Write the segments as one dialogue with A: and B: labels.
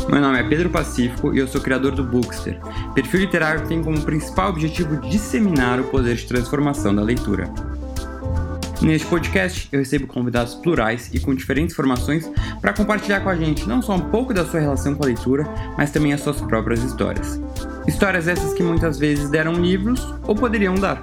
A: Meu nome é Pedro Pacífico e eu sou criador do Bookster, perfil literário que tem como principal objetivo disseminar o poder de transformação da leitura. Neste podcast, eu recebo convidados plurais e com diferentes formações para compartilhar com a gente não só um pouco da sua relação com a leitura, mas também as suas próprias histórias. Histórias essas que muitas vezes deram livros ou poderiam dar.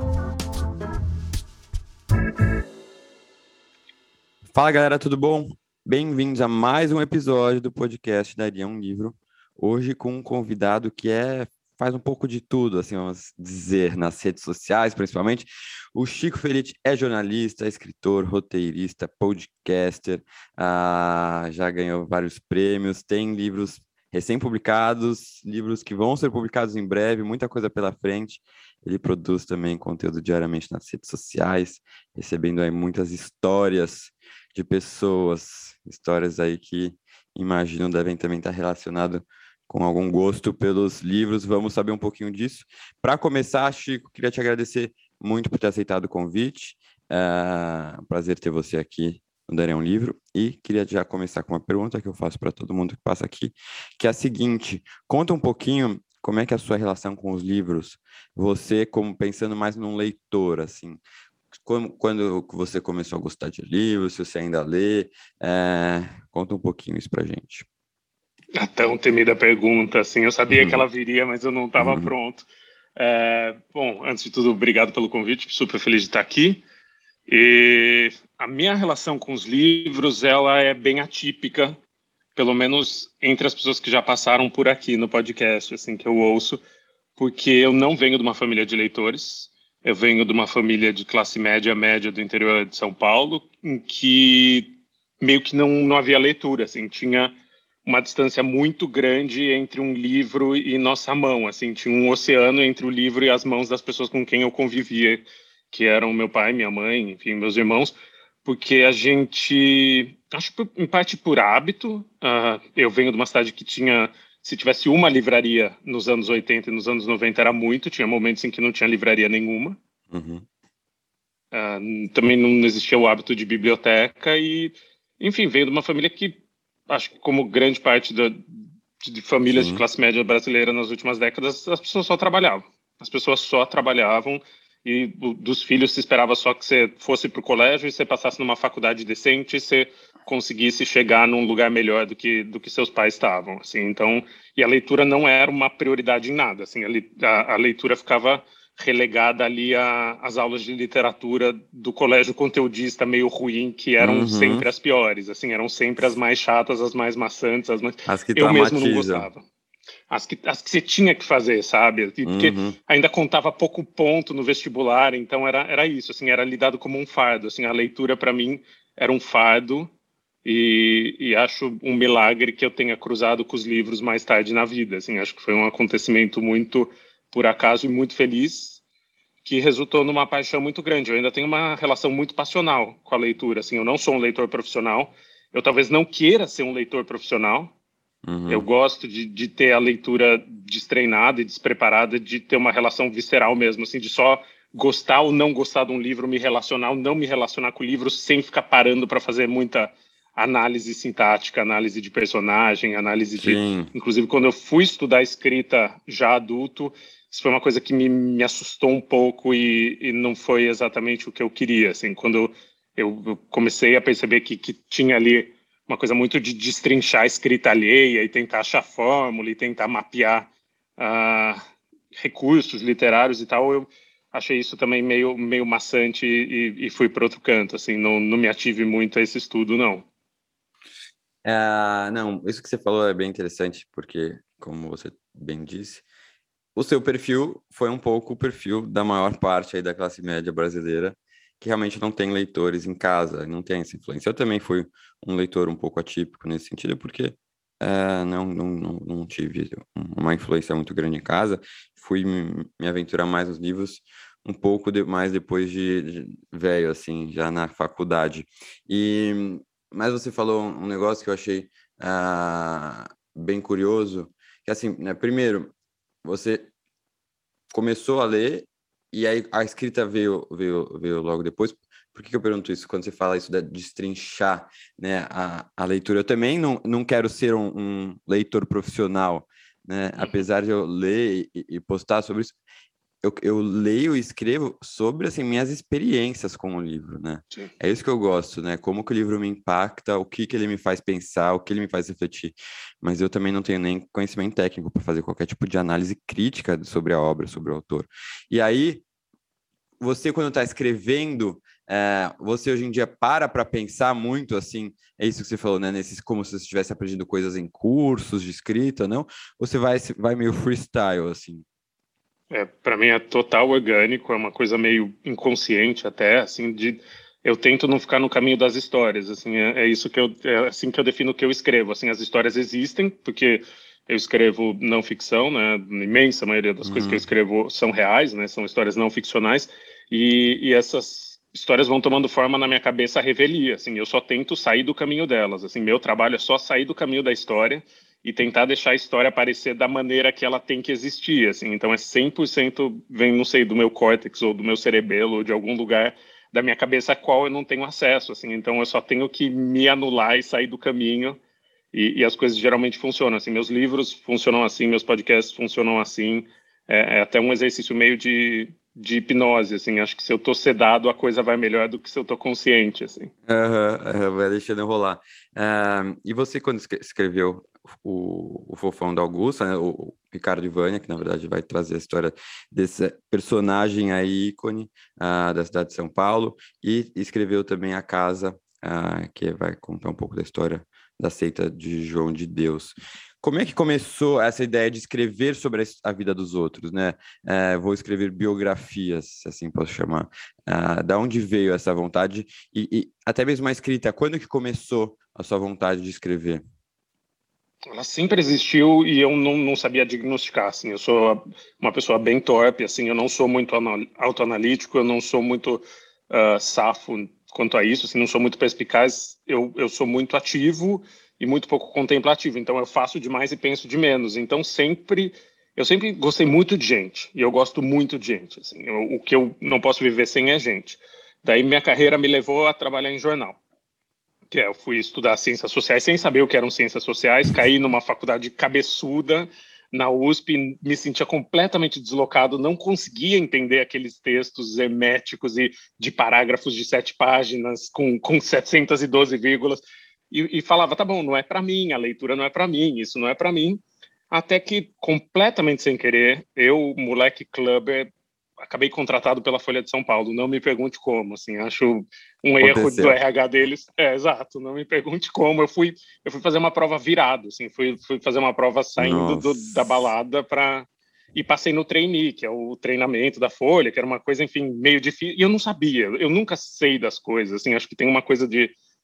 A: Fala galera, tudo bom? Bem-vindos a mais um episódio do podcast Daria um Livro. Hoje com um convidado que faz um pouco de tudo, assim, vamos dizer, nas redes sociais, principalmente. O Chico Felitti é jornalista, escritor, roteirista, podcaster, já ganhou vários prêmios, tem livros recém-publicados, livros que vão ser publicados em breve, muita coisa pela frente. Ele produz também conteúdo diariamente nas redes sociais, recebendo aí muitas histórias de pessoas, histórias aí que imagino devem também estar relacionadas com algum gosto pelos livros. Vamos saber um pouquinho disso. Para começar, Chico, queria te agradecer muito por ter aceitado o convite. É um prazer ter você aqui no Daria um Livro. E queria já começar com uma pergunta que eu faço para todo mundo que passa aqui, que é a seguinte: conta um pouquinho como é que é a sua relação com os livros, você como pensando mais num leitor, assim. Quando você começou a gostar de livros, se você ainda lê, conta um pouquinho isso pra gente.
B: A tão temida pergunta, assim, eu sabia que ela viria, mas eu não estava pronto. Bom, antes de tudo, obrigado pelo convite, super feliz de estar aqui. E a minha relação com os livros, ela é bem atípica, pelo menos entre as pessoas que já passaram por aqui no podcast, assim, que eu ouço, porque eu não venho de uma família de leitores. Eu venho de uma família de classe média do interior de São Paulo, em que meio que não havia leitura, assim, tinha uma distância muito grande entre um livro e nossa mão, assim, tinha um oceano entre o livro e as mãos das pessoas com quem eu convivia, que eram meu pai, minha mãe, enfim, meus irmãos, porque a gente, acho que em parte por hábito, eu venho de uma cidade que tinha, se tivesse uma livraria nos anos 80 e nos anos 90 era muito, tinha momentos em que não tinha livraria nenhuma. Também não existia o hábito de biblioteca e, enfim, veio de uma família que, acho que como grande parte de famílias de classe média brasileira nas últimas décadas, as pessoas só trabalhavam. As pessoas só trabalhavam e dos filhos se esperava só que você fosse para o colégio e você passasse numa faculdade decente e você conseguisse chegar num lugar melhor do que seus pais estavam. Assim, então, e a leitura não era uma prioridade em nada. Assim, a leitura ficava relegada ali às aulas de literatura do colégio conteudista meio ruim, que eram sempre as piores, assim, eram sempre as mais chatas, as mais maçantes,
A: as que
B: eu mesmo não
A: traumatizam.
B: gostava. As que você tinha que fazer, sabe? Porque ainda contava pouco ponto no vestibular, então era isso, assim, era lidado como um fardo, assim, a leitura para mim era um fardo e acho um milagre que eu tenha cruzado com os livros mais tarde na vida, assim, acho que foi um acontecimento muito por acaso e muito feliz, que resultou numa paixão muito grande. Eu ainda tenho uma relação muito passional com a leitura, assim, eu não sou um leitor profissional, eu talvez não queira ser um leitor profissional. Eu gosto de ter a leitura destreinada e despreparada, de ter uma relação visceral mesmo, assim, de só gostar ou não gostar de um livro, me relacionar ou não me relacionar com o livro, sem ficar parando para fazer muita análise sintática, análise de personagem, análise de... Inclusive, quando eu fui estudar escrita já adulto, isso foi uma coisa que me assustou um pouco e não foi exatamente o que eu queria. Assim, quando eu comecei a perceber que tinha ali uma coisa muito de destrinchar a escrita alheia e tentar achar fórmula e tentar mapear recursos literários e tal, eu achei isso também meio maçante e fui para outro canto. Assim, não me ative muito a esse estudo, não.
A: Não, isso que você falou é bem interessante, porque, como você bem disse, o seu perfil foi um pouco o perfil da maior parte aí da classe média brasileira, que realmente não tem leitores em casa, não tem essa influência. Eu também fui um leitor um pouco atípico nesse sentido, porque não tive uma influência muito grande em casa, fui me aventurar mais nos livros um pouco mais depois de velho, assim, já na faculdade. Mas você falou um negócio que eu achei bem curioso, que assim, né, primeiro, você começou a ler e aí a escrita veio logo depois. Por que eu pergunto isso? Quando você fala isso de destrinchar, né, a leitura, eu também não quero ser um leitor profissional, né? Apesar de eu ler e postar sobre isso, eu leio e escrevo sobre, assim, minhas experiências com o livro, né?
B: Sim.
A: É isso que eu gosto, né? Como que o livro me impacta, o que ele me faz pensar, o que ele me faz refletir. Mas eu também não tenho nem conhecimento técnico para fazer qualquer tipo de análise crítica sobre a obra, sobre o autor. E aí, você, quando está escrevendo, você hoje em dia para pensar muito, assim, é isso que você falou, né? Como se você estivesse aprendendo coisas em cursos de escrita, não? Ou você vai meio freestyle, assim?
B: Para mim é total orgânico, é uma coisa meio inconsciente até, assim, eu tento não ficar no caminho das histórias, assim, é isso que é assim que eu defino o que eu escrevo, assim, as histórias existem, porque eu escrevo não ficção, né, a imensa maioria das coisas que eu escrevo são reais, né, são histórias não ficcionais, e essas histórias vão tomando forma na minha cabeça à revelia, assim, eu só tento sair do caminho delas, assim, meu trabalho é só sair do caminho da história e tentar deixar a história aparecer da maneira que ela tem que existir, assim. Então é 100% vem, não sei, do meu córtex ou do meu cerebelo ou de algum lugar da minha cabeça a qual eu não tenho acesso, assim. Então eu só tenho que me anular e sair do caminho e as coisas geralmente funcionam, assim. Meus livros funcionam assim, meus podcasts funcionam assim. É até um exercício meio de hipnose, assim. Acho que se eu tô sedado, a coisa vai melhor do que se eu tô consciente, assim.
A: Vai deixando eu rolar. E você, quando escreveu o Fofão da Augusta, né, o Ricardo Ivânia, que na verdade vai trazer a história desse personagem aí, ícone da cidade de São Paulo, e escreveu também A Casa, que vai contar um pouco da história da seita de João de Deus. Como é que começou essa ideia de escrever sobre a vida dos outros, né? Vou escrever biografias, se assim posso chamar. Da onde veio essa vontade? E até mesmo a escrita, quando que começou a sua vontade de escrever?
B: Ela sempre existiu e eu não sabia diagnosticar, assim, eu sou uma pessoa bem torpe, assim, eu não sou muito autoanalítico, eu não sou muito safo quanto a isso, assim, não sou muito perspicaz, eu sou muito ativo e muito pouco contemplativo, então eu faço demais e penso de menos, então eu sempre gostei muito de gente, e eu gosto muito de gente, assim, o que eu não posso viver sem é gente. Daí minha carreira me levou a trabalhar em jornal. Eu fui estudar ciências sociais sem saber o que eram ciências sociais, caí numa faculdade cabeçuda na USP, me sentia completamente deslocado, não conseguia entender aqueles textos herméticos e de parágrafos de 7 páginas com 712 vírgulas e falava, tá bom, não é para mim, a leitura não é para mim, isso não é para mim, até que completamente sem querer, eu, moleque clubber, acabei contratado pela Folha de São Paulo. Não me pergunte como, assim, acho um erro do
A: Aconteceu.
B: RH deles. Exato, não me pergunte como. Eu fui fazer uma prova virado, assim, fui fazer uma prova saindo da
A: Nossa.
B: balada para e passei no trainee, que é o treinamento da Folha, que era uma coisa, enfim, meio difícil. E eu não sabia, eu nunca sei das coisas, assim, acho que tem uma coisa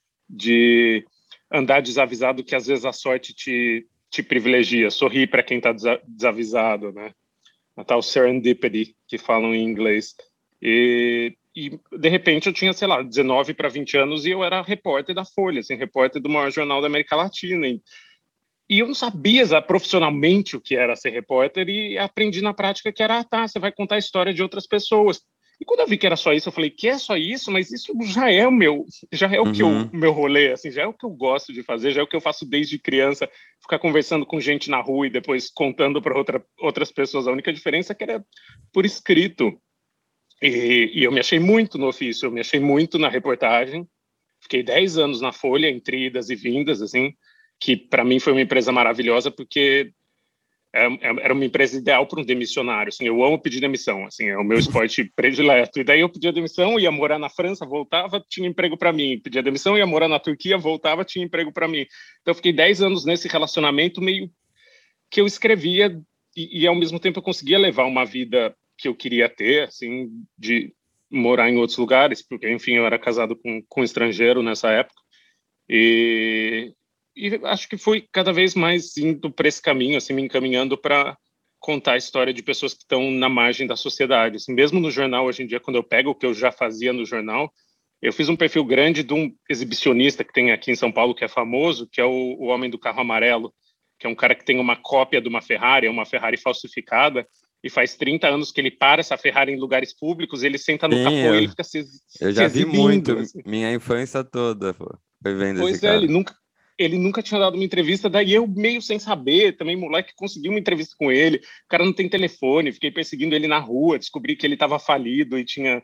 B: de andar desavisado que às vezes a sorte te privilegia, sorrir para quem está desavisado, né? A tal serendipity, que falam em inglês. E de repente eu tinha, sei lá, 19 para 20 anos e eu era repórter da Folha, assim, repórter do maior jornal da América Latina. E eu não sabia profissionalmente o que era ser repórter e aprendi na prática que era, tá, você vai contar a história de outras pessoas. E quando eu vi que era só isso, eu falei, que é só isso? Mas isso já é o meu rolê, assim, já é o que eu gosto de fazer, já é o que eu faço desde criança, ficar conversando com gente na rua e depois contando para outras pessoas. A única diferença é que era por escrito. E eu me achei muito no ofício, eu me achei muito na reportagem. Fiquei 10 anos na Folha, entre idas e vindas, assim, que para mim foi uma empresa maravilhosa porque era uma empresa ideal para um demissionário. Assim, eu amo pedir demissão, assim, é o meu esporte predileto. E daí eu pedia demissão, ia morar na França, voltava, tinha emprego para mim. Pedia demissão, ia morar na Turquia, voltava, tinha emprego para mim. Então eu fiquei 10 anos nesse relacionamento meio que eu escrevia e ao mesmo tempo eu conseguia levar uma vida que eu queria ter, assim, de morar em outros lugares, porque, enfim, eu era casado com um estrangeiro nessa época. E, e acho que fui cada vez mais indo para esse caminho, assim, me encaminhando para contar a história de pessoas que estão na margem da sociedade. Assim, mesmo no jornal, hoje em dia, quando eu pego o que eu já fazia no jornal, eu fiz um perfil grande de um exibicionista que tem aqui em São Paulo, que é famoso, que é o Homem do Carro Amarelo, que é um cara que tem uma cópia de uma Ferrari, é uma Ferrari falsificada, e faz 30 anos que ele para essa Ferrari em lugares públicos, ele senta no capô e ele fica
A: eu já vi muito, assim. Minha infância toda foi vendo esse cara.
B: Ele nunca tinha dado uma entrevista, daí eu meio sem saber, também moleque, consegui uma entrevista com ele, o cara não tem telefone, fiquei perseguindo ele na rua, descobri que ele estava falido e tinha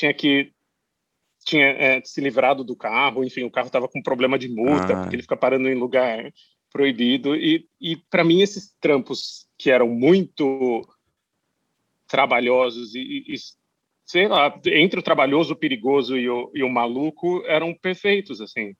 B: se livrado do carro, enfim, o carro estava com problema de multa, porque ele fica parando em lugar proibido, e para mim esses trampos que eram muito trabalhosos e sei lá, entre o trabalhoso, o perigoso e o maluco, eram perfeitos, assim.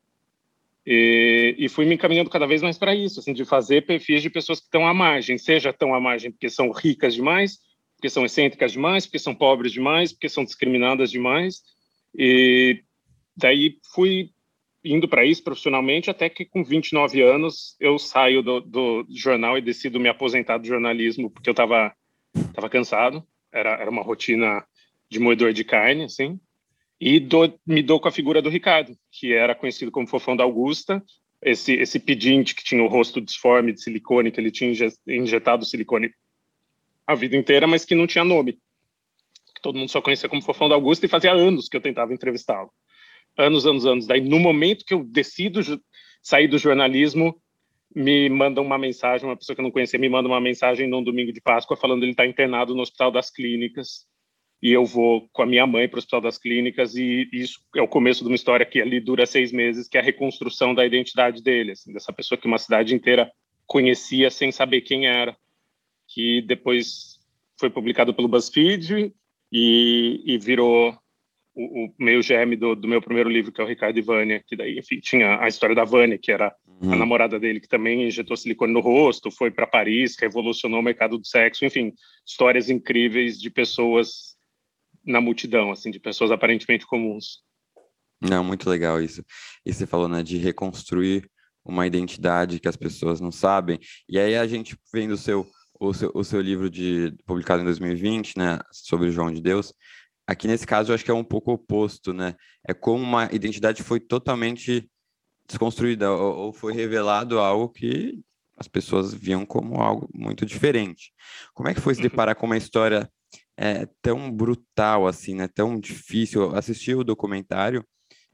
B: E fui me encaminhando cada vez mais para isso, assim, de fazer perfis de pessoas que estão à margem, seja estão à margem porque são ricas demais, porque são excêntricas demais, porque são pobres demais, porque são discriminadas demais. E daí fui indo para isso profissionalmente, até que com 29 anos eu saio do jornal e decido me aposentar do jornalismo, porque eu estava cansado, era uma rotina de moedor de carne, assim. E me dou com a figura do Ricardo, que era conhecido como Fofão da Augusta, esse pedinte que tinha o rosto disforme de silicone, que ele tinha injetado silicone a vida inteira, mas que não tinha nome. Que todo mundo só conhecia como Fofão da Augusta, e fazia anos que eu tentava entrevistá-lo. Anos. Daí, no momento que eu decido sair do jornalismo, me manda uma mensagem, uma pessoa que eu não conhecia me manda uma mensagem num domingo de Páscoa falando que ele está internado no Hospital das Clínicas, e eu vou com a minha mãe para o Hospital das Clínicas, e isso é o começo de uma história que ali dura 6 meses, que é a reconstrução da identidade dele, assim, dessa pessoa que uma cidade inteira conhecia sem saber quem era, que depois foi publicado pelo BuzzFeed e virou o meio geme do meu primeiro livro, que é o Ricardo e Vânia, que daí, enfim, tinha a história da Vânia, que era a namorada dele, que também injetou silicone no rosto, foi para Paris, revolucionou o mercado do sexo, enfim, histórias incríveis de pessoas na multidão, assim, de pessoas aparentemente comuns.
A: Não, muito legal isso. E você falou, né, de reconstruir uma identidade que as pessoas não sabem. E aí a gente vendo o seu livro publicado em 2020, né, sobre o João de Deus, aqui nesse caso eu acho que é um pouco oposto, né? É como uma identidade foi totalmente desconstruída ou foi revelado algo que as pessoas viam como algo muito diferente. Como é que foi se deparar com uma história tão brutal assim, né? Tão difícil? Eu assisti o documentário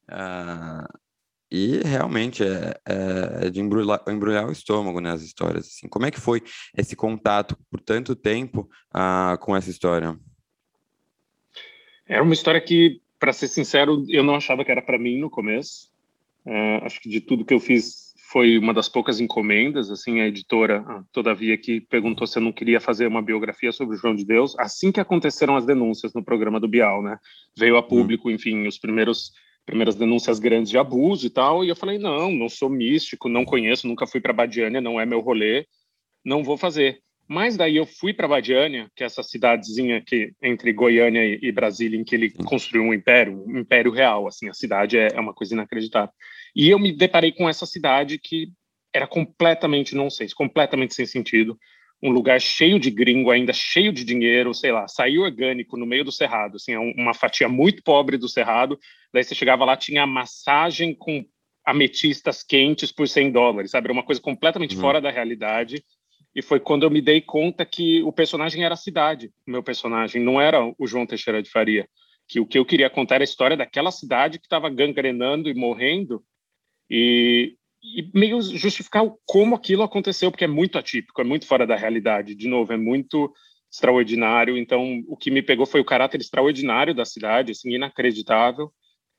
A: e realmente é de embrulhar o estômago, né? As histórias assim. Como é que foi esse contato por tanto tempo com essa história?
B: Era uma história que, para ser sincero, eu não achava que era para mim no começo. Acho que de tudo que eu fiz foi uma das poucas encomendas, assim, a editora, todavia, que perguntou se eu não queria fazer uma biografia sobre o João de Deus, assim que aconteceram as denúncias no programa do Bial, né? Veio a público, enfim, os primeiras denúncias grandes de abuso e tal, e eu falei, não sou místico, não conheço, nunca fui para Badiânia, não é meu rolê, não vou fazer. Mas daí eu fui para Badiânia, que é essa cidadezinha que entre Goiânia e Brasília, em que ele construiu um império real, assim, a cidade é uma coisa inacreditável. E eu me deparei com essa cidade que era completamente nonsense, completamente sem sentido, um lugar cheio de gringo, ainda cheio de dinheiro, sei lá, saiu orgânico no meio do cerrado, assim, uma fatia muito pobre do cerrado, daí você chegava lá, tinha massagem com ametistas quentes por $100, sabe? Era uma coisa completamente fora da realidade. E foi quando eu me dei conta que o personagem era a cidade, o meu personagem, não era o João Teixeira de Faria. Que o que eu queria contar era a história daquela cidade que estava gangrenando e morrendo e meio justificar como aquilo aconteceu, porque é muito atípico, é muito fora da realidade. De novo, é muito extraordinário. Então, o que me pegou foi o caráter extraordinário da cidade, assim, inacreditável.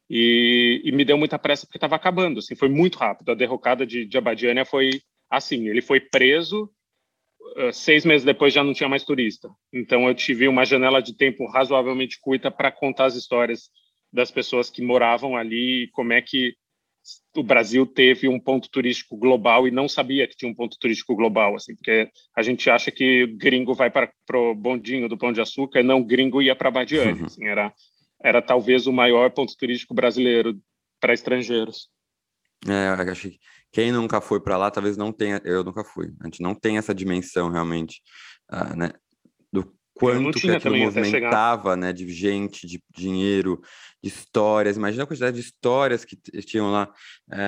B: E me deu muita pressa porque estava acabando, assim, foi muito rápido. A derrocada de Abadiânia foi assim, ele foi preso, 6 meses depois já não tinha mais turista. Então eu tive uma janela de tempo razoavelmente curta para contar as histórias das pessoas que moravam ali, como é que o Brasil teve um ponto turístico global e não sabia que tinha um ponto turístico global, assim, porque a gente acha que gringo vai para o bondinho do Pão de Açúcar, e não, gringo ia para Badiânia, assim, era talvez o maior ponto turístico brasileiro para estrangeiros.
A: Eu acho que quem nunca foi para lá, talvez não tenha. Eu nunca fui. A gente não tem essa dimensão realmente, né, do quanto que aquilo movimentava, né, de gente, de dinheiro, de histórias. Imagina a quantidade de histórias que tinham lá.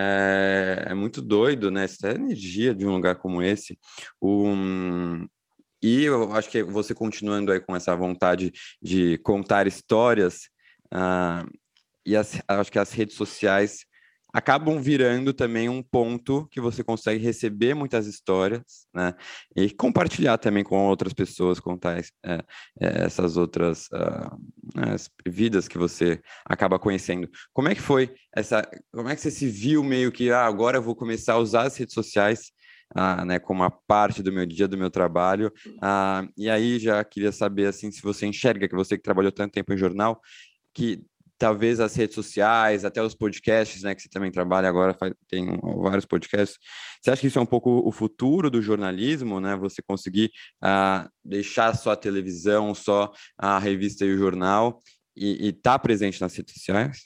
A: É muito doido, né? Essa energia de um lugar como esse. E eu acho que você continuando aí com essa vontade de contar histórias, acho que as redes sociais acabam virando também um ponto que você consegue receber muitas histórias, né? E compartilhar também com outras pessoas, contar essas outras as vidas que você acaba conhecendo. Como é que foi como é que você se viu meio que, agora eu vou começar a usar as redes sociais, né, como uma parte do meu dia, do meu trabalho. E aí já queria saber, assim, se você enxerga, que você que trabalhou tanto tempo em jornal, que talvez as redes sociais, até os podcasts, né, que você também trabalha agora, tem vários podcasts. Você acha que isso é um pouco o futuro do jornalismo, né? Você conseguir deixar só a televisão, só a revista e o jornal e estar presente nas redes sociais?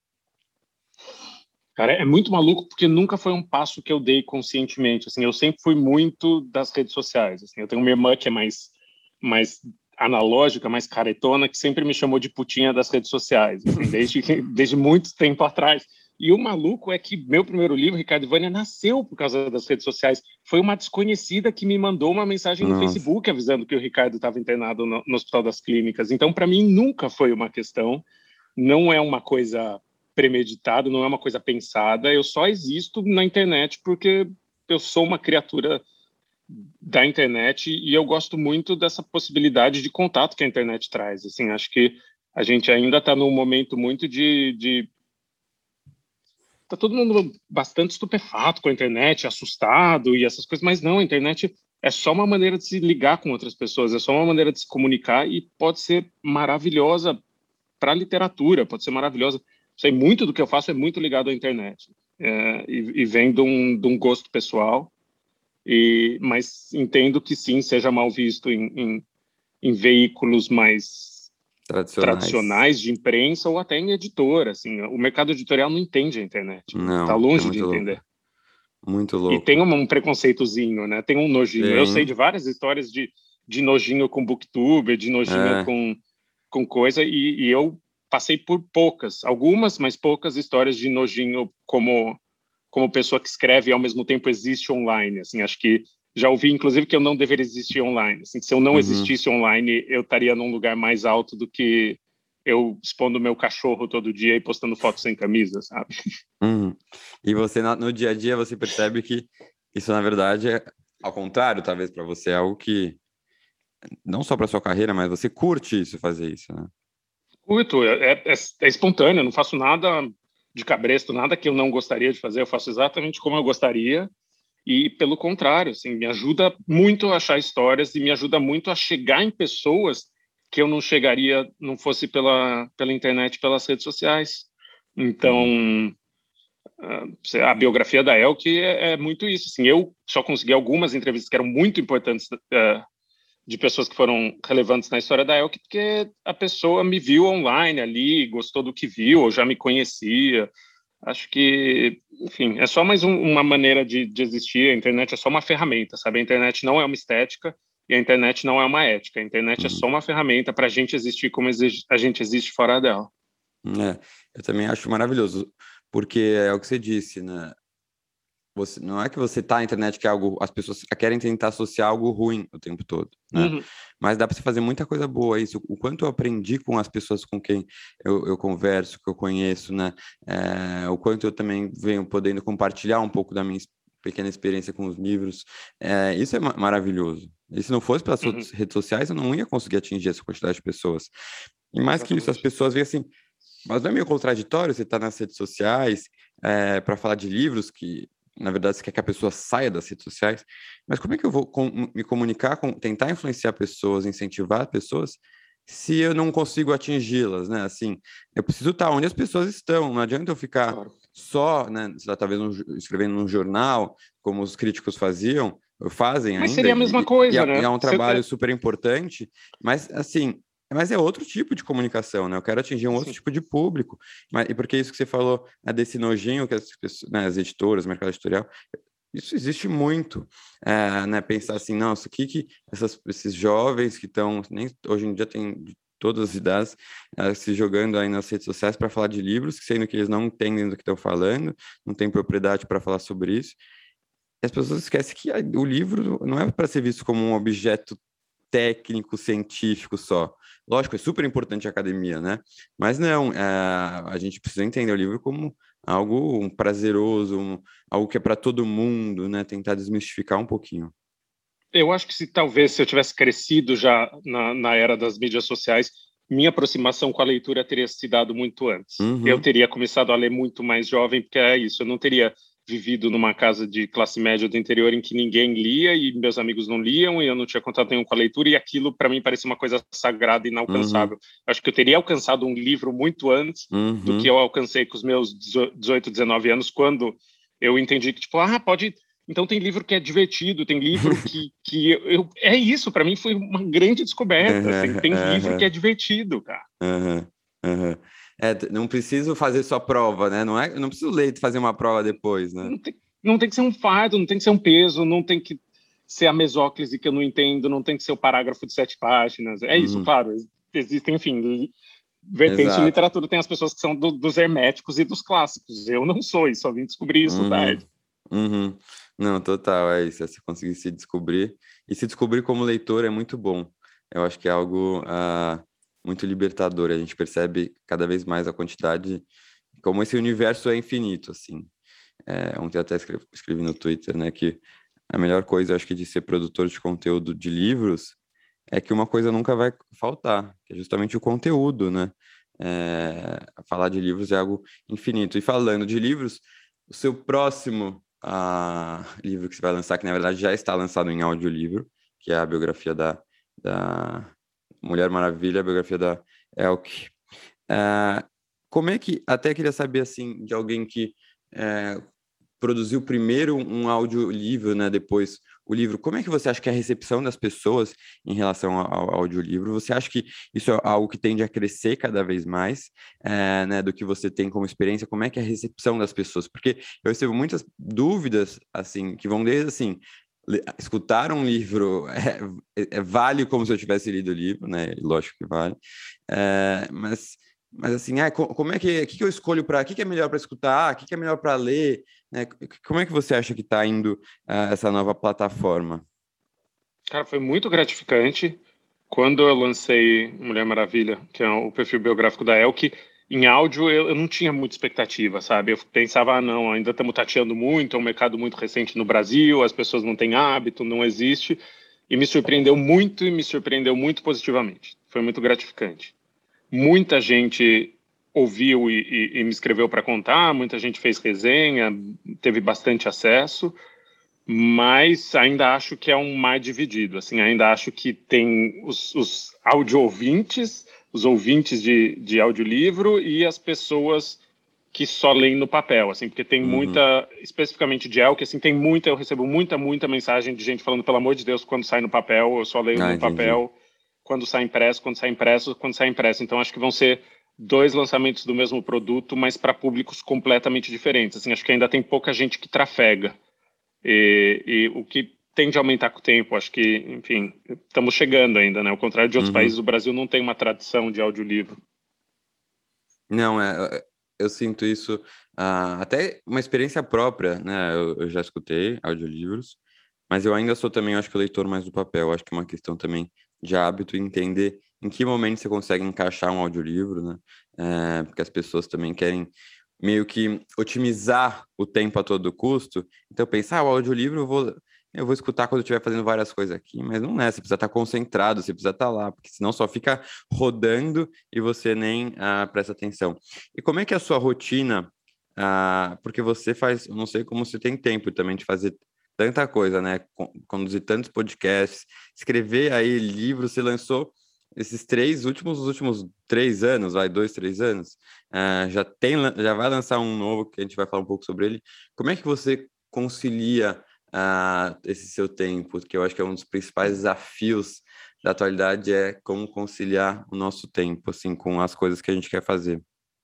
B: Cara, é muito maluco porque nunca foi um passo que eu dei conscientemente. Assim, eu sempre fui muito das redes sociais. Assim, eu tenho uma irmã que é mais analógica, mais caretona, que sempre me chamou de putinha das redes sociais, assim, desde muito tempo atrás. E o maluco é que meu primeiro livro, Ricardo e Vânia, nasceu por causa das redes sociais. Foi uma desconhecida que me mandou uma mensagem no
A: Nossa.
B: Facebook avisando que o Ricardo estava internado no Hospital das Clínicas. Então, para mim, nunca foi uma questão. Não é uma coisa premeditado, não é uma coisa pensada. Eu só existo na internet porque eu sou uma criatura da internet e eu gosto muito dessa possibilidade de contato que a internet traz. Assim, acho que a gente ainda está num momento muito tá todo mundo bastante estupefato com a internet, assustado e essas coisas, mas não, a internet é só uma maneira de se ligar com outras pessoas, é só uma maneira de se comunicar e pode ser maravilhosa para a literatura, pode ser maravilhosa. Sei, muito do que eu faço é muito ligado à internet, e vem de um gosto pessoal, mas entendo que sim, seja mal visto em veículos mais tradicionais de imprensa ou até em editora. Assim, o mercado editorial não entende a internet, está
A: Não, é
B: longe de
A: muito
B: entender.
A: louco. Muito
B: E tem
A: louco.
B: um preconceitozinho, né? Tem um nojinho. Eu sei de várias histórias de nojinho com booktuber, de nojinho com coisa, e eu passei por algumas, mas poucas histórias de nojinho como pessoa que escreve e ao mesmo tempo existe online. Assim, acho que já ouvi, inclusive, que eu não deveria existir online. Assim, se eu não existisse online, eu estaria num lugar mais alto do que eu expondo meu cachorro todo dia e postando fotos sem camisa, sabe?
A: E você, no dia a dia, você percebe que isso, na verdade, ao contrário, talvez para você, é algo que, não só para sua carreira, mas você curte isso, fazer isso, né?
B: Curto, é espontâneo, eu não faço nada de cabresto, nada que eu não gostaria de fazer, eu faço exatamente como eu gostaria. E, pelo contrário, assim, me ajuda muito a achar histórias e me ajuda muito a chegar em pessoas que eu não chegaria, não fosse pela internet, pelas redes sociais. Então, a biografia da Elke é muito isso. Assim, eu só consegui algumas entrevistas que eram muito importantes, de pessoas que foram relevantes na história da Elke, porque a pessoa me viu online ali, gostou do que viu, ou já me conhecia. Acho que, enfim, é só mais uma maneira de existir. A internet é só uma ferramenta, sabe? A internet não é uma estética e a internet não é uma ética. A internet é só uma ferramenta para a gente existir como a gente existe fora dela.
A: Eu também acho maravilhoso, porque é o que você disse, né? Não é que você tá na internet que é algo, as pessoas querem tentar associar algo ruim o tempo todo, né?
B: Uhum.
A: Mas dá para você fazer muita coisa boa isso. O quanto eu aprendi com as pessoas com quem eu converso, que eu conheço, né? O quanto eu também venho podendo compartilhar um pouco da minha pequena experiência com os livros. Isso é maravilhoso. E se não fosse pelas redes sociais, eu não ia conseguir atingir essa quantidade de pessoas. E mais que isso, as pessoas veem assim, mas não é meio contraditório você estar nas redes sociais para falar de livros que, na verdade, você quer que a pessoa saia das redes sociais, mas como é que eu vou me comunicar, tentar influenciar pessoas, incentivar pessoas, se eu não consigo atingi-las, né? Assim, eu preciso estar onde as pessoas estão, não adianta eu ficar só, né, talvez escrevendo num jornal, como os críticos fazem
B: Mas
A: ainda,
B: seria a mesma coisa,
A: e
B: né?
A: é um trabalho super importante, mas, assim, mas é outro tipo de comunicação, né? Eu quero atingir um outro tipo de público. E porque isso que você falou, desse nojinho que as pessoas, né, as editoras, o mercado editorial, isso existe muito, né? Pensar assim, não, isso aqui que esses jovens que estão, nem hoje em dia tem de todas as idades, se jogando aí nas redes sociais para falar de livros, sendo que eles não entendem do que estão falando, não têm propriedade para falar sobre isso. E as pessoas esquecem que o livro não é para ser visto como um objeto técnico, científico só. Lógico, é super importante a academia, né? Mas não, a gente precisa entender o livro como algo prazeroso, algo que é para todo mundo, né? Tentar desmistificar um pouquinho.
B: Eu acho que se eu tivesse crescido já na era das mídias sociais, minha aproximação com a leitura teria se dado muito antes. Eu teria começado a ler muito mais jovem, porque é isso, eu não teria vivido numa casa de classe média do interior em que ninguém lia e meus amigos não liam e eu não tinha contato nenhum com a leitura e aquilo para mim parecia uma coisa sagrada e inalcançável. Acho que eu teria alcançado um livro muito antes do que eu alcancei com os meus 18, 19 anos, quando eu entendi que, tipo, pode... Então tem livro que é divertido, tem livro é isso, para mim foi uma grande descoberta, assim, tem livro que é divertido, cara.
A: Não preciso fazer só prova, né? Não preciso ler e fazer uma prova depois, né?
B: Não tem que ser um fardo, não tem que ser um peso, não tem que ser a mesóclise que eu não entendo, não tem que ser o parágrafo de 7 páginas. É isso, claro, existem, enfim, vertentes de literatura, tem as pessoas que são dos herméticos e dos clássicos. Eu não sou, e só vim descobrir isso tarde.
A: Não, total, é isso. É você conseguir se descobrir. E se descobrir como leitor é muito bom. Eu acho que é algo muito libertador. A gente percebe cada vez mais a quantidade, como esse universo é infinito, assim. Ontem eu até escrevi no Twitter, né, que a melhor coisa, acho que, de ser produtor de conteúdo de livros é que uma coisa nunca vai faltar, que é justamente o conteúdo, né? Falar de livros é algo infinito. E falando de livros, o seu próximo livro que você vai lançar, que na verdade já está lançado em audiolivro, que é a biografia da Mulher Maravilha, a biografia da Elke. Como é que, até queria saber, assim, de alguém que produziu primeiro um audiolivro, né, depois o livro, como é que você acha que é a recepção das pessoas em relação ao audiolivro? Você acha que isso é algo que tende a crescer cada vez mais, né, do que você tem como experiência? Como é que é a recepção das pessoas? Porque eu recebo muitas dúvidas, assim, que vão desde, assim, escutar um livro vale como se eu tivesse lido o livro, né? Lógico que vale, mas assim, como é que eu escolho o que é melhor para escutar, o que é melhor para ler, né? Como é que você acha que está indo essa nova plataforma?
B: Cara, foi muito gratificante. Quando eu lancei Mulher Maravilha, que é o perfil biográfico da Elke, em áudio eu não tinha muita expectativa, sabe? Eu pensava, não, ainda estamos tateando muito, é um mercado muito recente no Brasil, as pessoas não têm hábito, não existe. E me surpreendeu muito positivamente. Foi muito gratificante. Muita gente ouviu e me escreveu para contar, muita gente fez resenha, teve bastante acesso, mas ainda acho que é um mar dividido. Assim, ainda acho que tem os audio-ouvintes, os ouvintes de audiolivro e as pessoas que só leem no papel, assim, porque tem muita, especificamente de El, que assim, eu recebo muita mensagem de gente falando, pelo amor de Deus, quando sai no papel, eu só leio no papel, quando sai impresso. Então, acho que vão ser 2 lançamentos do mesmo produto, mas para públicos completamente diferentes. Assim, acho que ainda tem pouca gente que trafega. E o que tende a aumentar com o tempo, acho que, enfim, estamos chegando ainda, né? Ao contrário de outros países, o Brasil não tem uma tradição de audiolivro.
A: Não, eu sinto isso, até uma experiência própria, né? Eu já escutei audiolivros, mas eu ainda sou também, acho que, o leitor mais do papel. Acho que é uma questão também de hábito e entender em que momento você consegue encaixar um audiolivro, né? Porque as pessoas também querem meio que otimizar o tempo a todo custo. Então, pensar, o audiolivro eu vou escutar quando eu estiver fazendo várias coisas aqui, mas não é, você precisa estar concentrado, você precisa estar lá, porque senão só fica rodando e você nem presta atenção. E como é que é a sua rotina? Porque você faz, eu não sei como você tem tempo também de fazer tanta coisa, né? Conduzir tantos podcasts, escrever aí livros, você lançou esses os últimos 3 anos, 2, 3 anos, já vai lançar um novo que a gente vai falar um pouco sobre ele. Como é que você concilia esse seu tempo? Que eu acho que é um dos principais desafios da atualidade, é como conciliar o nosso tempo, assim, com as coisas que a gente quer fazer.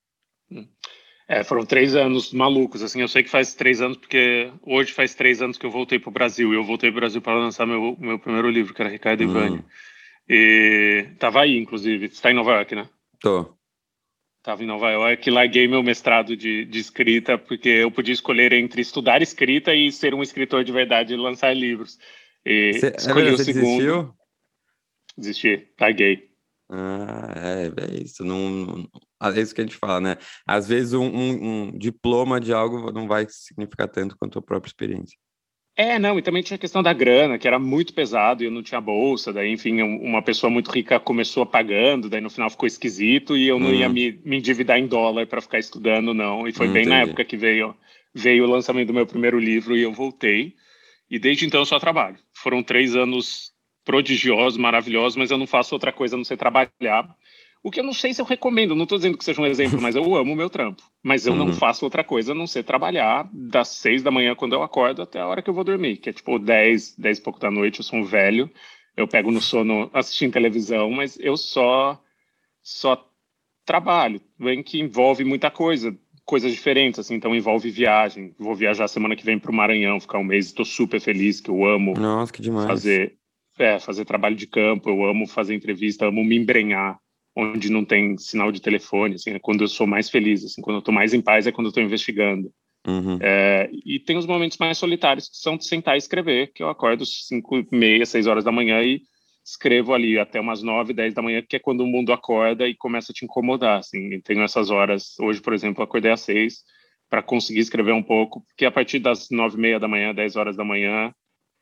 B: Foram 3 anos malucos, assim, eu sei que faz 3 anos, porque hoje faz 3 anos que eu voltei para o Brasil, e eu voltei para o Brasil para lançar meu primeiro livro, que era Ricardo e Vânia. E tava aí, inclusive, você está em Nova York, né?
A: Tô.
B: Estava em Nova York, larguei meu mestrado de escrita, porque eu podia escolher entre estudar escrita e ser um escritor de verdade e lançar livros. E
A: É
B: escolhi
A: verdade,
B: o
A: você
B: segundo.
A: desistiu?
B: Desisti, larguei.
A: É isso. É isso que a gente fala, né? Às vezes um diploma de algo não vai significar tanto quanto a própria experiência.
B: Não, e também tinha a questão da grana, que era muito pesado e eu não tinha bolsa. Daí, enfim, uma pessoa muito rica começou pagando, daí no final ficou esquisito e eu não ia me endividar em dólar para ficar estudando, não. E foi bem na
A: Entendi.
B: época que veio o lançamento do meu primeiro livro e eu voltei. E desde então eu só trabalho. Foram 3 anos prodigiosos, maravilhosos, mas eu não faço outra coisa a não ser trabalhar. O que eu não sei se eu recomendo, não estou dizendo que seja um exemplo, mas eu amo o meu trampo. Mas eu não faço outra coisa a não ser trabalhar das 6 da manhã quando eu acordo até a hora que eu vou dormir, que é tipo 10 e pouco da noite, eu sou um velho, eu pego no sono assistindo televisão, mas eu só trabalho, bem que envolve muita coisa, coisas diferentes, assim, então envolve viagem. Vou viajar semana que vem para o Maranhão, ficar um mês, estou super feliz, que eu amo
A: Nossa, que demais.
B: fazer trabalho de campo, eu amo fazer entrevista, amo me embrenhar onde não tem sinal de telefone, assim, é quando eu sou mais feliz, assim, quando eu estou mais em paz é quando eu estou investigando. E tem os momentos mais solitários que são de sentar e escrever, que eu acordo 5:30, 6 horas da manhã e escrevo ali até umas 9, 10 da manhã, que é quando o mundo acorda e começa a te incomodar, assim, e tenho essas horas, hoje, por exemplo, eu acordei às 6 para conseguir escrever um pouco, porque a partir das 9:30 da manhã, 10 horas da manhã,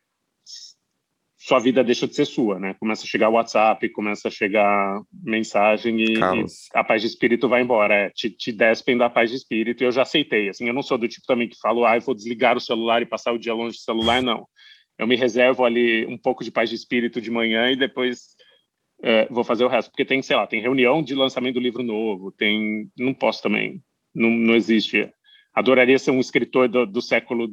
B: sua vida deixa de ser sua, né? Começa a chegar WhatsApp, começa a chegar mensagem e
A: Caos.
B: a paz de espírito vai embora. Te despem da paz de espírito e eu já aceitei. Assim, eu não sou do tipo também que falo, eu vou desligar o celular e passar o dia longe do celular, não. Eu me reservo ali um pouco de paz de espírito de manhã e depois vou fazer o resto. Porque tem, sei lá, tem reunião de lançamento do livro novo, não posso também, não existe. Adoraria ser um escritor do século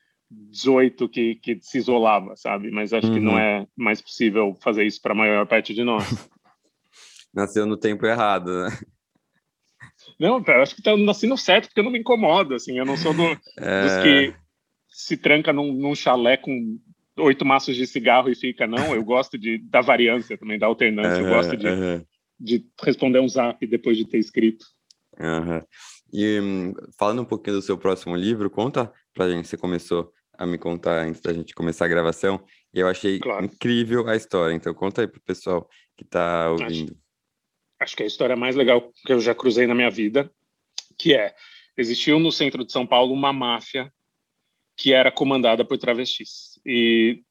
B: 18 que se isolava, sabe? Mas acho que não é mais possível fazer isso para a maior parte de nós.
A: Nasceu no tempo errado, né?
B: Não, eu acho que tá nascendo certo porque eu não me incomodo, assim, eu não sou dos
A: É...
B: que se tranca num chalé com 8 maços de cigarro e fica, não, eu gosto da variância também, da alternância, eu gosto de responder um zap depois de ter escrito.
A: E falando um pouquinho do seu próximo livro, conta pra gente, você começou a me contar antes da gente começar a gravação, e eu achei
B: Claro,
A: incrível a história, então conta aí pro pessoal que tá
B: acho,
A: ouvindo.
B: acho que é a história mais legal que eu já cruzei na minha vida, que existiu no centro de São Paulo uma máfia que era comandada por travestis. E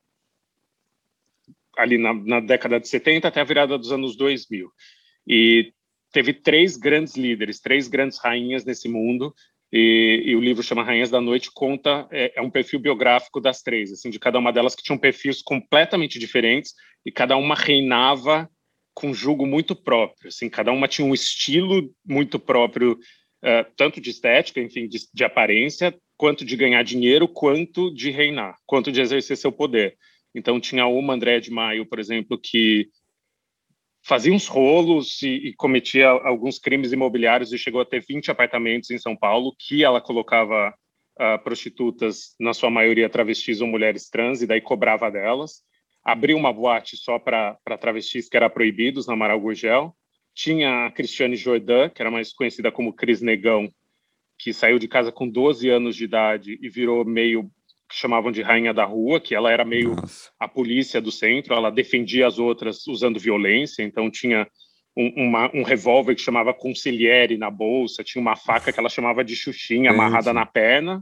B: ali na década de 70 até a virada dos anos 2000. E teve 3 grandes líderes, 3 grandes rainhas nesse mundo, e o livro chama Rainhas da Noite, conta, é um perfil biográfico das 3, assim, de cada uma delas que tinham perfis completamente diferentes, e cada uma reinava com jugo muito próprio, assim, cada uma tinha um estilo muito próprio, tanto de estética, enfim, de aparência, quanto de ganhar dinheiro, quanto de reinar, quanto de exercer seu poder. Então tinha uma, Andréa de Maio, por exemplo, que fazia uns rolos e cometia alguns crimes imobiliários e chegou a ter 20 apartamentos em São Paulo, que ela colocava prostitutas, na sua maioria travestis ou mulheres trans, e daí cobrava delas. Abriu uma boate só para travestis que era proibidos, na Amaral Gurgel. Tinha a Cristiane Jordan, que era mais conhecida como Cris Negão, que saiu de casa com 12 anos de idade e virou meio que chamavam de rainha da rua, que ela era meio
A: Nossa.
B: a polícia do centro, ela defendia as outras usando violência, então tinha um revólver que chamava Consigliere na bolsa, tinha uma faca que ela chamava de Xuxinha amarrada
A: Gente.
B: na perna,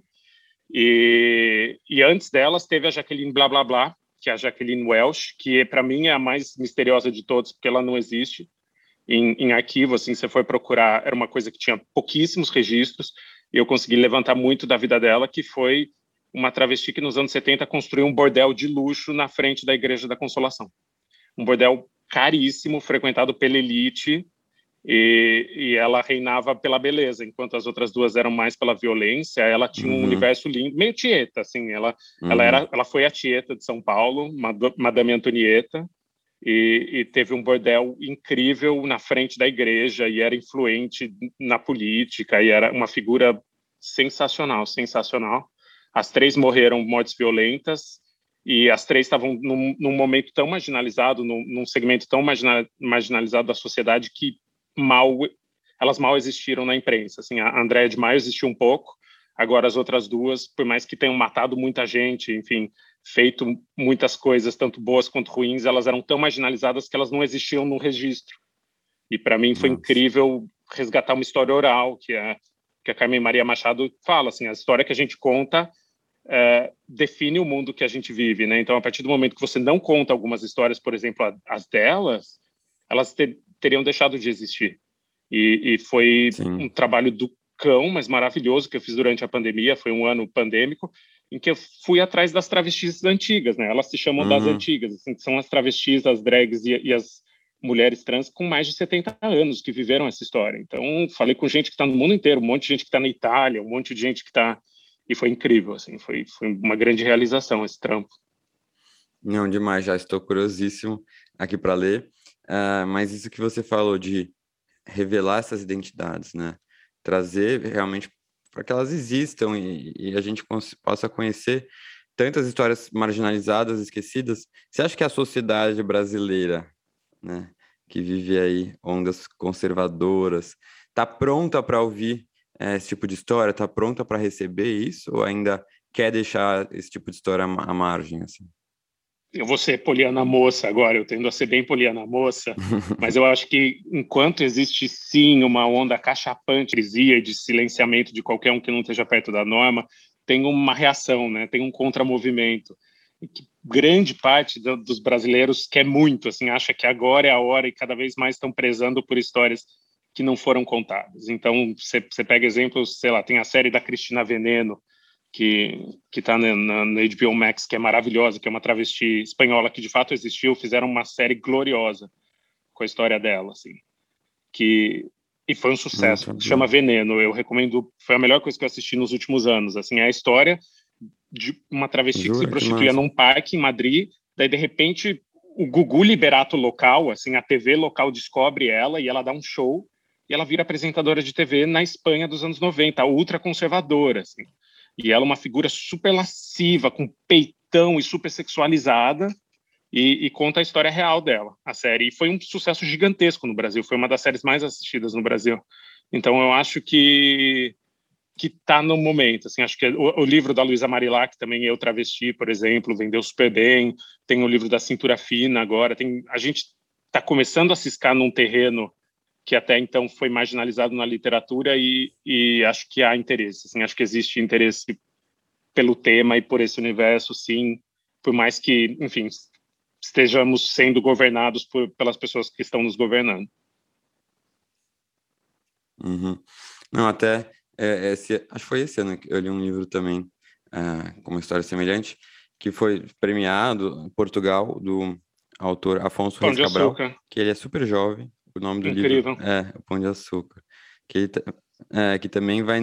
B: e antes delas teve a Jaqueline Blá Blá Blá, que é a Jacqueline Welch, que para mim é a mais misteriosa de todas, porque ela não existe em arquivo, assim, você foi procurar, era uma coisa que tinha pouquíssimos registros, e eu consegui levantar muito da vida dela, que foi uma travesti que nos anos 70 construiu um bordel de luxo na frente da Igreja da Consolação. Um bordel caríssimo, frequentado pela elite, e ela reinava pela beleza, enquanto as outras duas eram mais pela violência. Ela tinha um universo lindo, meio Tieta, assim, ela foi a Tieta de São Paulo, Madame Antonieta, e teve um bordel incrível na frente da igreja e era influente na política e era uma figura sensacional, sensacional. As 3 morreram mortes violentas e as 3 estavam num momento tão marginalizado, num segmento tão marginalizado da sociedade que elas mal existiram na imprensa. Assim, a Andréa de Maio existiu um pouco, agora as outras duas, por mais que tenham matado muita gente, enfim, feito muitas coisas, tanto boas quanto ruins, elas eram tão marginalizadas que elas não existiam no registro. E para mim foi incrível resgatar uma história oral, que a Carmen Maria Machado fala, assim, a história que a gente conta define o mundo que a gente vive, né? Então, a partir do momento que você não conta algumas histórias, por exemplo, as delas, elas teriam deixado de existir. E foi um trabalho do cão, mas maravilhoso, que eu fiz durante a pandemia, foi um ano pandêmico, em que eu fui atrás das travestis antigas, né? Elas se chamam das antigas, assim, que são as travestis, as drags e as mulheres trans com mais de 70 anos que viveram essa história. Então, falei com gente que está no mundo inteiro, um monte de gente que está na Itália, um monte de gente que está... E foi incrível, assim, foi uma grande realização esse trampo.
A: Não, demais, já estou curiosíssimo aqui para ler. Mas isso que você falou de revelar essas identidades, né? Trazer realmente para que elas existam e a gente possa conhecer tantas histórias marginalizadas, esquecidas. Você acha que a sociedade brasileira, né, que vive aí ondas conservadoras, está pronta para ouvir esse tipo de história? Está pronta para receber isso? Ou ainda quer deixar esse tipo de história à margem? Assim?
B: Eu vou ser poliana moça agora, eu tendo a ser bem poliana moça, mas eu acho que enquanto existe sim uma onda cachapante de silenciamento de qualquer um que não esteja perto da norma, tem uma reação, né? Tem um contramovimento. Que grande parte dos brasileiros quer muito, assim, acha que agora é a hora e cada vez mais estão prezando por histórias que não foram contadas. Então, você pega exemplos, sei lá, tem a série da Cristina Veneno, que está na HBO Max, que é maravilhosa, que é uma travesti espanhola que de fato existiu, fizeram uma série gloriosa com a história dela, assim, e foi um sucesso, chama Veneno, eu recomendo, foi a melhor coisa que eu assisti nos últimos anos, assim, é a história de uma travesti que se prostituía num parque em Madrid, daí de repente o Gugu Liberato local, assim, a TV local descobre ela e ela dá um show e ela vira apresentadora de TV na Espanha dos anos 90, ultra conservadora, assim. E ela é uma figura super lasciva, com peitão e super sexualizada, e conta a história real dela, a série. E foi um sucesso gigantesco no Brasil, foi uma das séries mais assistidas no Brasil. Então eu acho que está no momento, assim, acho que o livro da Luísa Marilac, também Eu Travesti, por exemplo, vendeu super bem, tem o livro da Cintura Fina agora, a gente está começando a ciscar num terreno que até então foi marginalizado na literatura e acho que há interesse, assim, acho que existe interesse pelo tema e por esse universo, sim, por mais que, enfim, estejamos sendo governados pelas pessoas que estão nos governando.
A: Não, até acho que foi esse ano que eu li um livro também com uma história semelhante, que foi premiado em Portugal, do autor Afonso Reis Cabral, que ele é super jovem. O nome do
B: Incrível.
A: livro é O Pão de Açúcar, que também vai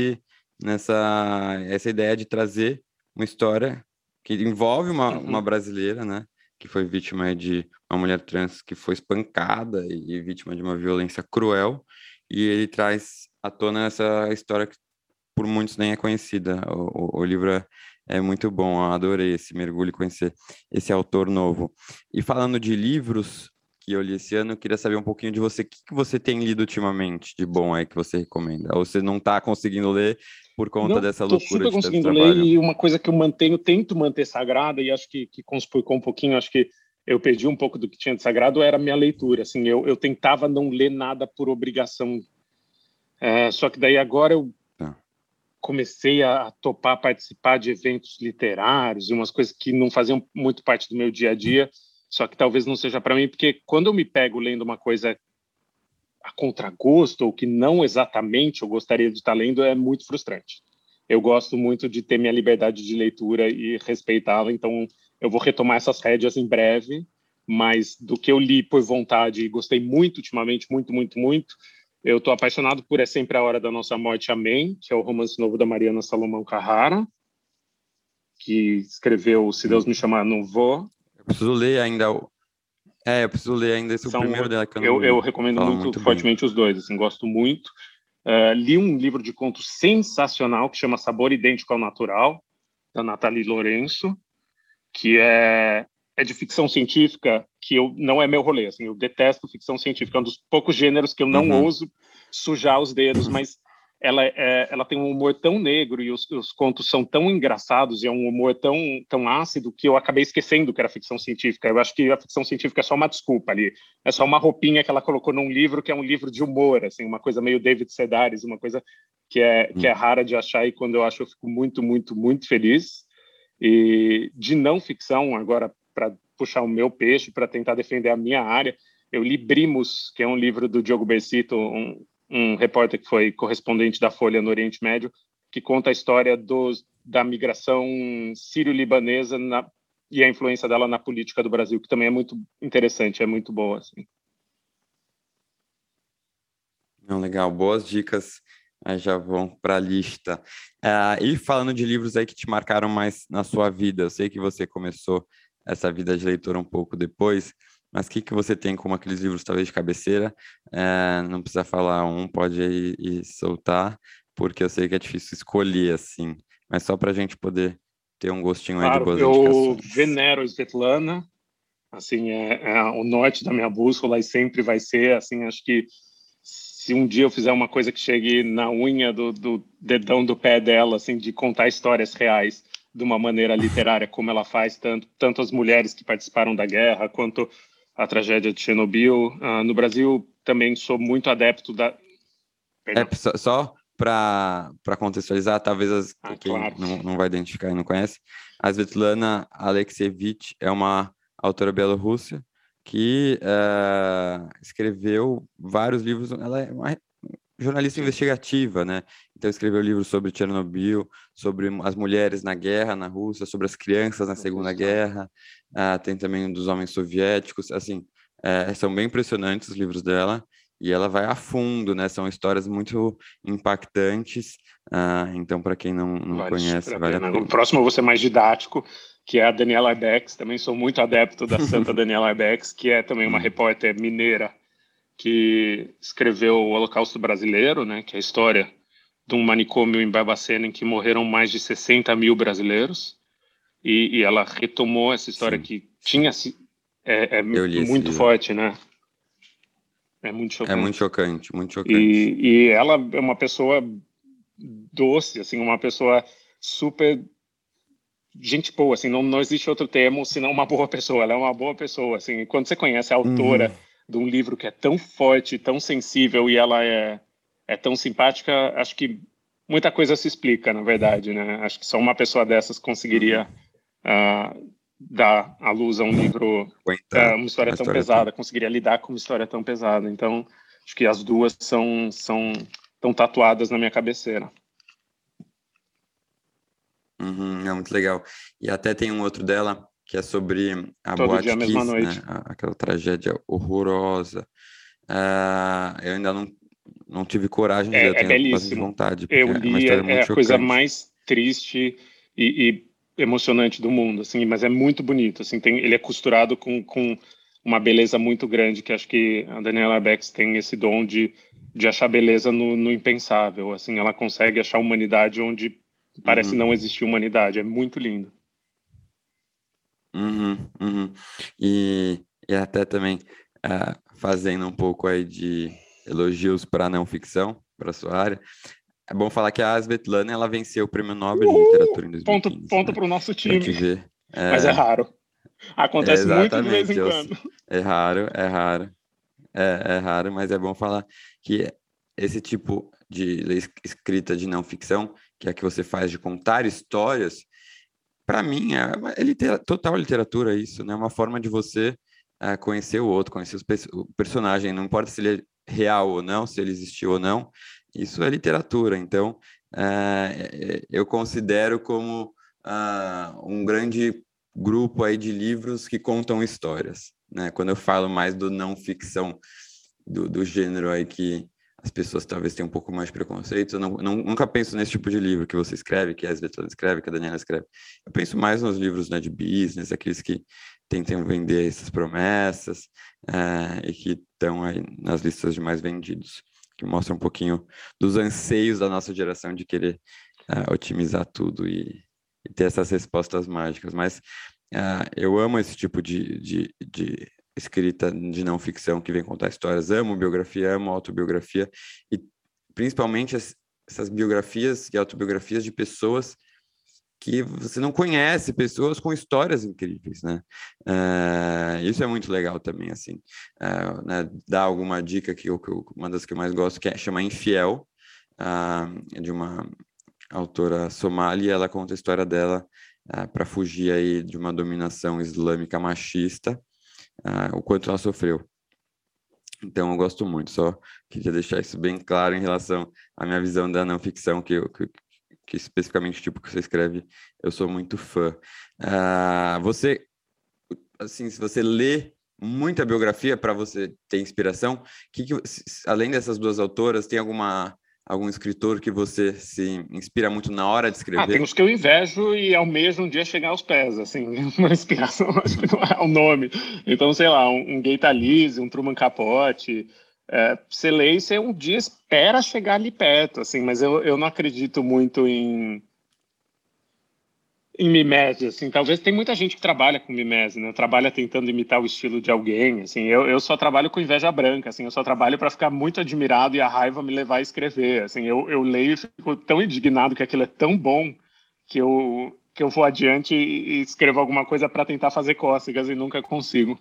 A: essa ideia de trazer uma história que envolve uma brasileira, né, que foi vítima de uma mulher trans que foi espancada e vítima de uma violência cruel, e ele traz à tona essa história que por muitos nem é conhecida. O livro é muito bom, eu adorei esse mergulho, conhecer esse autor novo. E falando de livros que eu li esse ano, eu queria saber um pouquinho de você. O que você tem lido ultimamente de bom aí que você recomenda? Ou você não está conseguindo ler por conta dessa loucura de tanto trabalho?
B: Estou super conseguindo ler, e uma coisa que eu tento manter sagrada, e acho que conspurcou um pouquinho, acho que eu perdi um pouco do que tinha de sagrado, era a minha leitura. Assim, eu tentava não ler nada por obrigação. Só que daí agora eu comecei a topar participar de eventos literários e umas coisas que não faziam muito parte do meu dia a dia, só que talvez não seja para mim, porque quando eu me pego lendo uma coisa a contragosto, ou que não exatamente eu gostaria de estar lendo, é muito frustrante. Eu gosto muito de ter minha liberdade de leitura e respeitá-la, então eu vou retomar essas rédeas em breve, mas do que eu li por vontade e gostei muito ultimamente, muito, muito, muito, eu estou apaixonado por É Sempre a Hora da Nossa Morte, Amém, que é o romance novo da Mariana Salomão Carrara, que escreveu Se Deus Me Chamar, Não Vou.
A: Eu preciso ler ainda esse o primeiro dela que eu não li.
B: Eu recomendo muito fortemente os dois, assim, gosto muito. Li um livro de contos sensacional que chama Sabor Idêntico ao Natural, da Nathalie Lourenço, que é de ficção científica, que não é meu rolê, assim, eu detesto ficção científica, é um dos poucos gêneros que eu não ouso sujar os dedos, mas ela tem um humor tão negro e os contos são tão engraçados e é um humor tão ácido que eu acabei esquecendo que era ficção científica. Eu acho que a ficção científica é só uma desculpa ali, é só uma roupinha que ela colocou num livro que é um livro de humor, assim, uma coisa meio David Sedaris, uma coisa que é rara de achar, e quando eu acho eu fico muito, muito, muito feliz. E de não ficção, agora, para puxar o meu peixe, para tentar defender a minha área, eu li Brimos, que é um livro do Diogo Becito, um repórter que foi correspondente da Folha no Oriente Médio, que conta a história da migração sírio-libanesa e a influência dela na política do Brasil, que também é muito interessante, é muito boa. Assim.
A: Não, legal, boas dicas. Aí já vão para a lista. E falando de livros aí que te marcaram mais na sua vida, eu sei que você começou essa vida de leitor um pouco depois, mas o que você tem como aqueles livros talvez de cabeceira? Não precisa falar um, pode ir soltar, porque eu sei que é difícil escolher assim, mas só para a gente poder ter um gostinho aí de
B: Claro,
A: boas
B: eu
A: indicações.
B: venero Svetlana, assim, é o norte da minha bússola e sempre vai ser, assim, acho que se um dia eu fizer uma coisa que chegue na unha do dedão do pé dela, assim, de contar histórias reais de uma maneira literária, como ela faz, tanto as mulheres que participaram da guerra, quanto a tragédia de Chernobyl. No Brasil, também sou muito adepto da... Perdão.
A: Só para contextualizar, talvez quem
B: Claro.
A: não vai identificar e não conhece, a Svetlana Alexievich é uma autora bielorrussa que escreveu vários livros. Ela é uma jornalista investigativa, né? Então escreveu livros sobre Chernobyl, sobre as mulheres na guerra na Rússia, sobre as crianças na Segunda Guerra, tem também dos homens soviéticos, assim, são bem impressionantes os livros dela. E ela vai a fundo, né? São histórias muito impactantes. Então, para quem não conhece, vale a pena.
B: O próximo eu vou ser mais didático, que é a Daniela Ibex. Também sou muito adepto da santa Daniela Ibex, que é também uma repórter mineira que escreveu o Holocausto Brasileiro, né? Que é a história de um manicômio em Barbacena em que morreram mais de 60 mil brasileiros. E ela retomou essa história que tinha...
A: Eu li esse
B: muito
A: livro.
B: forte, né? É muito chocante.
A: É muito chocante, muito chocante.
B: E ela é uma pessoa doce, assim, uma pessoa super gente boa, assim, não existe outro termo senão uma boa pessoa. Ela é uma boa pessoa, assim. Quando você conhece a autora de um livro que é tão forte, tão sensível e ela é tão simpática, acho que muita coisa se explica, na verdade, né? Acho que só uma pessoa dessas conseguiria dar à luz a um livro, uma história tão pesada, conseguiria lidar com uma história tão pesada. Então, acho que as duas estão tatuadas na minha cabeceira.
A: É muito legal. E até tem um outro dela que é sobre a
B: Todo
A: Boate
B: dia, mesma
A: Kiss,
B: noite.
A: né? Aquela tragédia horrorosa. Eu ainda não tive coragem de ler, eu tenho bastante vontade, porque
B: eu li,
A: é uma história muito
B: a
A: chocante.
B: coisa mais triste e emocionante do mundo, assim, mas é muito bonito, assim, ele é costurado com uma beleza muito grande, que acho que a Daniela Bex tem esse dom de achar beleza no impensável, assim, ela consegue achar humanidade onde parece não existir humanidade, é muito lindo.
A: E até também fazendo um pouco aí de elogios para não ficção, para sua área. É bom falar que a Svetlana, ela venceu o Prêmio Nobel de Literatura em 2015.
B: Ponto
A: né?
B: para o nosso time.
A: Pra te ver.
B: Mas é raro. Acontece muito de vez em quando.
A: É raro. É raro, mas é bom falar que esse tipo de escrita de não ficção, que é a que você faz de contar histórias, para mim é total literatura isso, né? Uma forma de você conhecer o outro, conhecer o personagem, não importa se ele é real ou não, se ele existiu ou não, isso é literatura. Então, eu considero como um grande grupo aí de livros que contam histórias, né? Quando eu falo mais do não ficção, do gênero aí que as pessoas talvez tenham um pouco mais de preconceito, eu nunca penso nesse tipo de livro que você escreve, que a Svetlana escreve, que a Daniela escreve. Eu penso mais nos livros, né, de business, aqueles que tentam vender essas promessas e que estão aí nas listas de mais vendidos, que mostram um pouquinho dos anseios da nossa geração de querer otimizar tudo e ter essas respostas mágicas. Mas eu amo esse tipo de escrita de não ficção que vem contar histórias. Amo biografia, amo autobiografia e principalmente essas biografias e autobiografias de pessoas que você não conhece, pessoas com histórias incríveis, né? Isso é muito legal também, assim. Né, dar alguma dica uma das que eu mais gosto, que é chama Infiel, de uma autora somali. Ela conta a história dela para fugir aí de uma dominação islâmica machista, o quanto ela sofreu. Então, eu gosto muito, só queria deixar isso bem claro em relação à minha visão da não ficção, que especificamente o tipo que você escreve, eu sou muito fã. Você, assim, se você lê muita biografia para você ter inspiração, além dessas duas autoras, tem algum escritor que você se inspira muito na hora de escrever?
B: Tem uns que eu invejo e almejo um dia chegar aos pés, assim, uma inspiração, acho que não é o nome. Então, sei lá, um Gay Talese, um Truman Capote, você lê e você um dia espera chegar ali perto, assim, mas eu não acredito muito em mimese, assim. Talvez tem muita gente que trabalha com mimese, né? Trabalha tentando imitar o estilo de alguém, assim. Eu só trabalho com inveja branca, assim. Eu só trabalho para ficar muito admirado e a raiva me levar a escrever, assim. Eu leio e fico tão indignado que aquilo é tão bom que eu vou adiante e escrevo alguma coisa para tentar fazer cócegas e nunca consigo.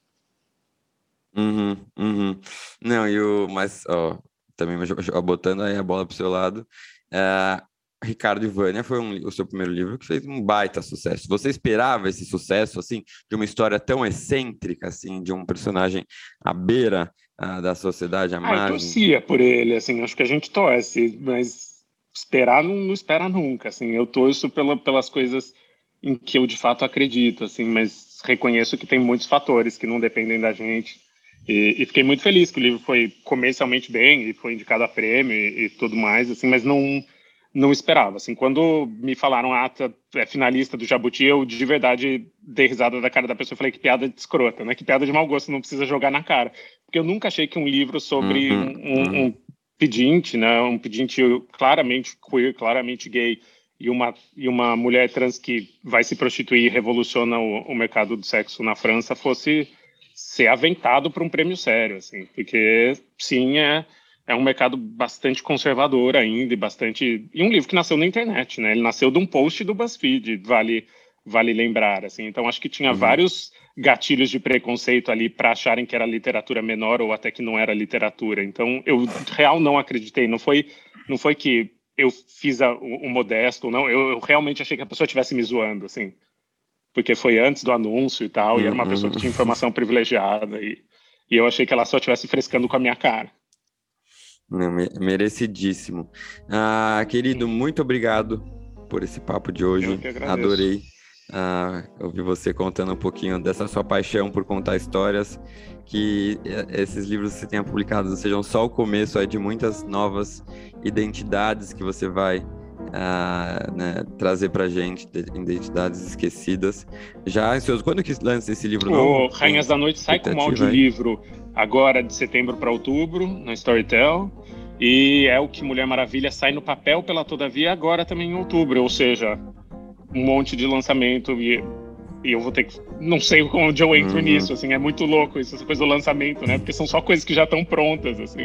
A: Não, mas também botando aí a bola pro seu lado, Ricardo e Vânia foi o seu primeiro livro que fez um baita sucesso. Você esperava esse sucesso, assim, de uma história tão excêntrica, assim, de um personagem à beira da sociedade, à margem?
B: Eu torcia por ele, assim, acho que a gente torce, mas esperar não espera nunca, assim. Eu torço pelas coisas em que eu de fato acredito, assim, mas reconheço que tem muitos fatores que não dependem da gente. E fiquei muito feliz que o livro foi comercialmente bem e foi indicado a prêmio e tudo mais, assim, mas não esperava. Assim, quando me falaram, é finalista do Jabuti, eu de verdade dei risada da cara da pessoa e falei que piada de escrota, né? Que piada de mau gosto, não precisa jogar na cara. Porque eu nunca achei que um livro sobre um pedinte, né? Um pedinte claramente queer, claramente gay, e uma mulher trans que vai se prostituir e revoluciona o mercado do sexo na França fosse ser aventado para um prêmio sério, assim, porque sim, é um mercado bastante conservador ainda e um livro que nasceu na internet, né? Ele nasceu de um post do BuzzFeed, vale lembrar, assim. Então acho que tinha vários gatilhos de preconceito ali para acharem que era literatura menor ou até que não era literatura. Então eu real não acreditei, não foi que eu fiz o modesto, não, eu realmente achei que a pessoa estivesse me zoando, assim, porque foi antes do anúncio e tal, e era uma pessoa que tinha informação privilegiada, e eu achei que ela só estivesse frescando com a minha cara.
A: Não, merecidíssimo. Querido, muito obrigado por esse papo de hoje.
B: Eu que agradeço.
A: Adorei ouvir você contando um pouquinho dessa sua paixão por contar histórias, que esses livros que você tenha publicado sejam só o começo aí de muitas novas identidades que você vai trazer pra gente, identidades esquecidas. Já ansioso, quando que lança esse livro novo?
B: Rainhas da Noite sai como audiolivro agora de setembro para outubro, na Storytel, e é o que Mulher Maravilha sai no papel pela Todavia agora também em outubro, ou seja, um monte de lançamento e eu vou ter que... Não sei onde eu entro nisso, assim, é muito louco isso, essa coisa do lançamento, né? Porque são só coisas que já estão prontas, assim.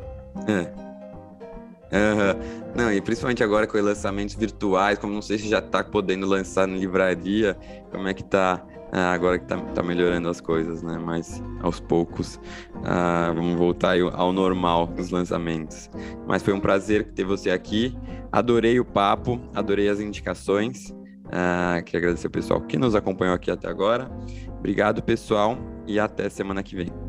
A: Não, e principalmente agora com os lançamentos virtuais, como não sei se já tá podendo lançar na livraria, como é que tá agora que tá melhorando as coisas, né? Mas aos poucos vamos voltar ao normal dos lançamentos. Mas foi um prazer ter você aqui, adorei o papo, adorei as indicações, queria agradecer o pessoal que nos acompanhou aqui até agora. Obrigado, pessoal, e até semana que vem.